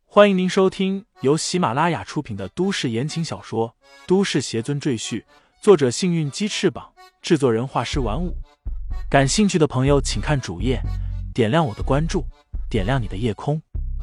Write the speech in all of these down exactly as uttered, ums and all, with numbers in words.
欢迎您收听由喜马拉雅出品的都市言情小说《都市邪尊赘婿》，作者幸运鸡翅膀，制作人画师玩五。感兴趣的朋友请看主页，点亮我的关注，点亮你的夜空。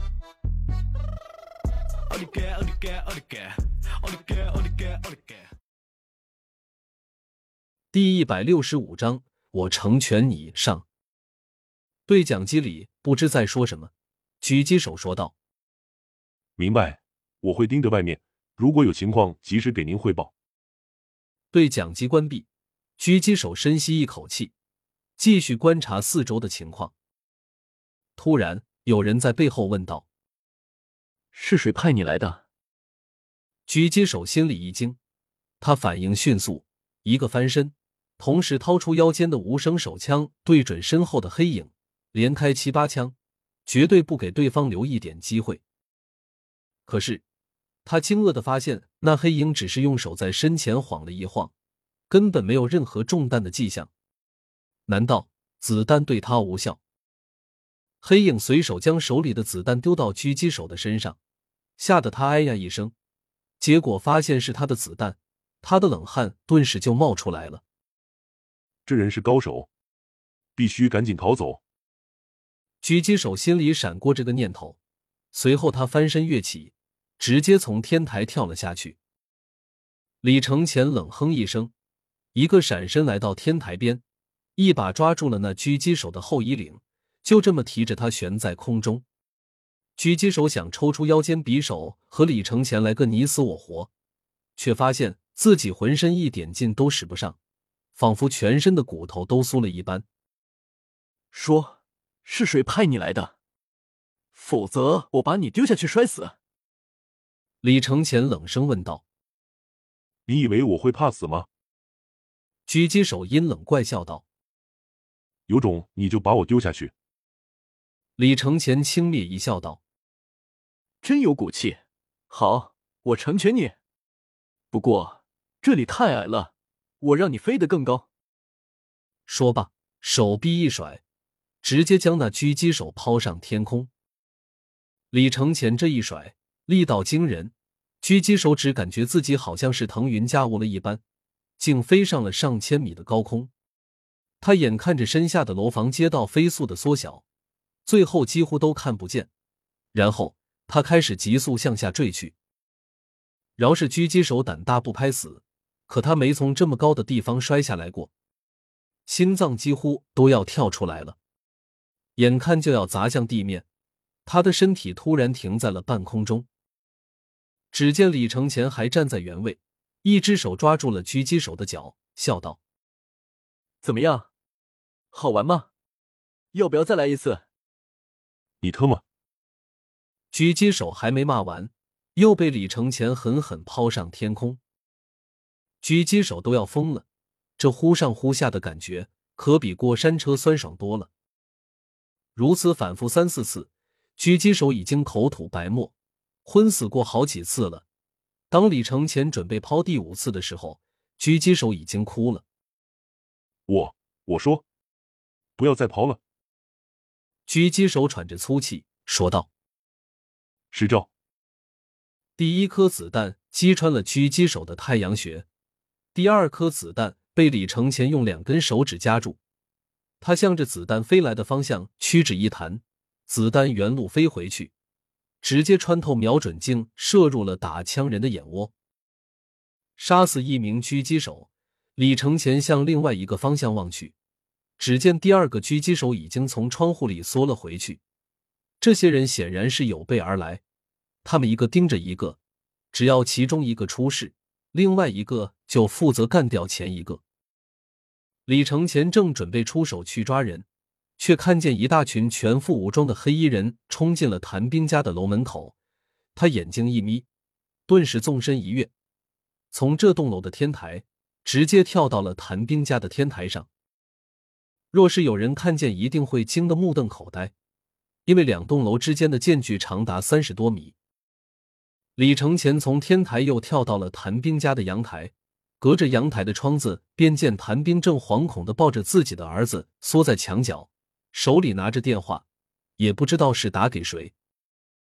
第一百六十五章，我成全你上。对讲机里不知在说什么，狙击手说道： 明白，我会盯着外面，如果有情况及时给您汇报。 对讲机关闭，狙击手深吸一口气，继续观察四周的情况。突然有人在背后问道： 是谁派你来的？ 狙击手心里一惊，他反应迅速，一个翻身，同时掏出腰间的无声手枪，对准身后的黑影，连开七八枪，绝对不给对方留一点机会。可是他惊愕地发现，那黑影只是用手在身前晃了一晃，根本没有任何中弹的迹象。难道子弹对他无效？黑影随手将手里的子弹丢到狙击手的身上，吓得他哎呀一声，结果发现是他的子弹，他的冷汗顿时就冒出来了。 这人是高手，必须赶紧逃走。 狙击手心里闪过这个念头，随后他翻身跃起，直接从天台跳了下去。李承前冷哼一声，一个闪身来到天台边，一把抓住了那狙击手的后衣领，就这么提着他悬在空中。狙击手想抽出腰间匕首和李承前来个你死我活，却发现自己浑身一点劲都使不上，仿佛全身的骨头都酥了一般。 说，是谁派你来的？否则我把你丢下去摔死。 李承前冷声问道。 你以为我会怕死吗？ 狙击手阴冷怪笑道。 有种你就把我丢下去。 李承前轻蔑一笑道。 真有骨气，好，我成全你。不过这里太矮了，我让你飞得更高。 说罢，手臂一甩，直接将那狙击手抛上天空。李承前这一甩，力道惊人，狙击手只感觉自己好像是腾云驾雾了一般，竟飞上了上千米的高空。他眼看着身下的楼房街道飞速的缩小，最后几乎都看不见，然后他开始急速向下坠去。饶是狙击手胆大不拍死，可他没从这么高的地方摔下来过，心脏几乎都要跳出来了，眼看就要砸向地面，他的身体突然停在了半空中。只见李承前还站在原位，一只手抓住了狙击手的脚，笑道： 怎么样，好玩吗？要不要再来一次？ 你特么！ 狙击手还没骂完，又被李承前狠狠抛上天空。狙击手都要疯了，这忽上忽下的感觉可比过山车酸爽多了。如此反复三四次，狙击手已经口吐白沫，昏死过好几次了。当李承前准备抛第五次的时候，狙击手已经哭了。 我我说不要再抛了。 狙击手喘着粗气说道。 是照。 第一颗子弹击穿了狙击手的太阳穴，第二颗子弹被李承前用两根手指夹住，他向着子弹飞来的方向屈指一弹，子弹原路飞回去，直接穿透瞄准镜，射入了打枪人的眼窝。杀死一名狙击手，李承前向另外一个方向望去，只见第二个狙击手已经从窗户里缩了回去。这些人显然是有备而来，他们一个盯着一个，只要其中一个出事，另外一个就负责干掉前一个。李承前正准备出手去抓人，却看见一大群全副武装的黑衣人冲进了谭兵家的楼门口。他眼睛一眯，顿时纵身一跃，从这栋楼的天台直接跳到了谭兵家的天台上。若是有人看见，一定会惊得目瞪口呆，因为两栋楼之间的间距长达三十多米。李承前从天台又跳到了谭兵家的阳台，隔着阳台的窗子，便见谭兵正惶恐地抱着自己的儿子缩在墙角，手里拿着电话，也不知道是打给谁。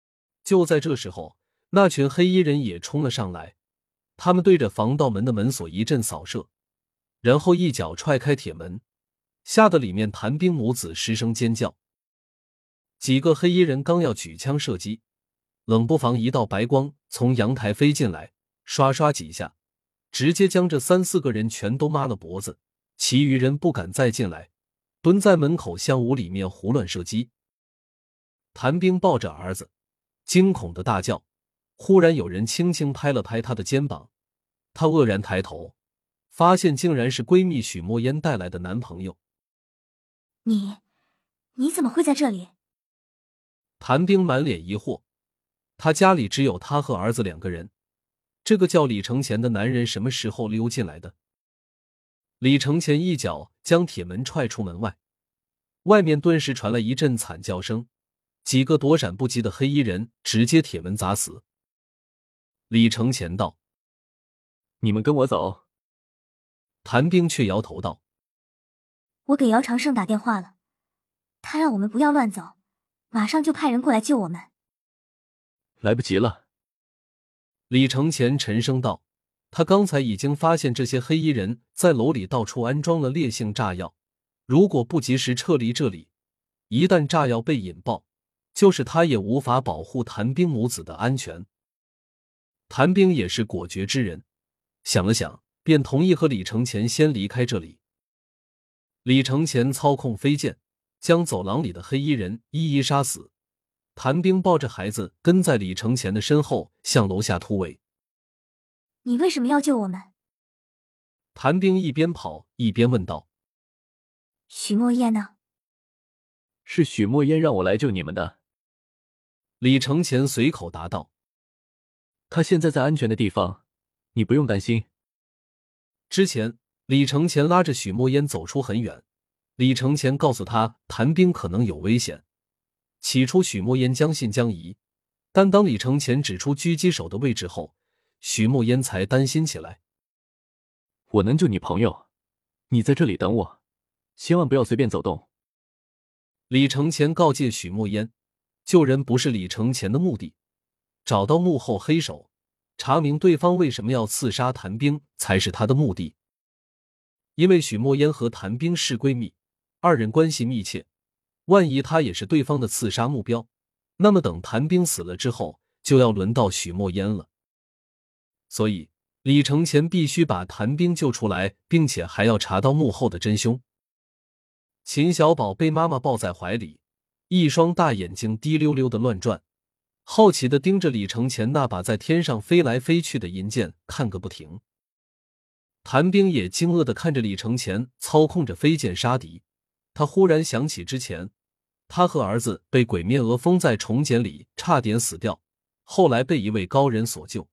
就在这时候，那群黑衣人也冲了上来，他们对着防盗门的门锁一阵扫射，然后一脚踹开铁门，吓得里面谭兵母子失声尖叫。几个黑衣人刚要举枪射击，冷不防一道白光从阳台飞进来，刷刷几下，直接将这三四个人全都抹了脖子，其余人不敢再进来，蹲在门口向屋里面胡乱射击。谭兵抱着儿子，惊恐的大叫，忽然有人轻轻拍了拍他的肩膀，他愕然抬头，发现竟然是闺蜜许墨烟带来的男朋友。 你，你怎么会在这里？ 谭兵满脸疑惑，他家里只有他和儿子两个人，这个叫李承前的男人什么时候溜进来的？李承前一脚将铁门踹出门外，外面顿时传来一阵惨叫声，几个躲闪不及的黑衣人直接铁门砸死。李承前道： 你们跟我走。 谭兵却摇头道： 我给姚长胜打电话了，他让我们不要乱走，马上就派人过来救我们。 来不及了。 李承前沉声道，他刚才已经发现这些黑衣人在楼里到处安装了烈性炸药，如果不及时撤离这里，一旦炸药被引爆，就是他也无法保护谭兵母子的安全。谭兵也是果决之人，想了想，便同意和李承前先离开这里。李承前操控飞剑，将走廊里的黑衣人一一杀死。谭兵抱着孩子跟在李承前的身后向楼下突围。 你为什么要救我们？ 谭兵一边跑一边问道。 许墨烟呢？ 是许墨烟让我来救你们的。 李承前随口答道。 他现在在安全的地方，你不用担心。 之前李承前拉着许墨烟走出很远，李承前告诉他谭兵可能有危险。起初许墨烟将信将疑，但当李承前指出狙击手的位置后，许墨烟才担心起来。 我能救你朋友，你在这里等我，千万不要随便走动。 李承前告诫许墨烟，救人不是李承前的目的，找到幕后黑手，查明对方为什么要刺杀谭兵才是他的目的。因为许墨烟和谭兵是闺蜜，二人关系密切，万一他也是对方的刺杀目标，那么等谭兵死了之后，就要轮到许墨烟了。所以李承前必须把谭兵救出来，并且还要查到幕后的真凶。秦小宝被妈妈抱在怀里，一双大眼睛滴溜溜的乱转，好奇地盯着李承前那把在天上飞来飞去的银剑看个不停。谭兵也惊愕地看着李承前操控着飞剑杀敌，他忽然想起之前他和儿子被鬼面鹅封在重茧里，差点死掉，后来被一位高人所救。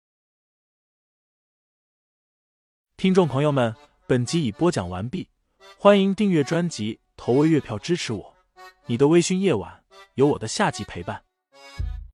听众朋友们，本集已播讲完毕，欢迎订阅专辑，投喂月票支持我。你的微醺夜晚，有我的下集陪伴。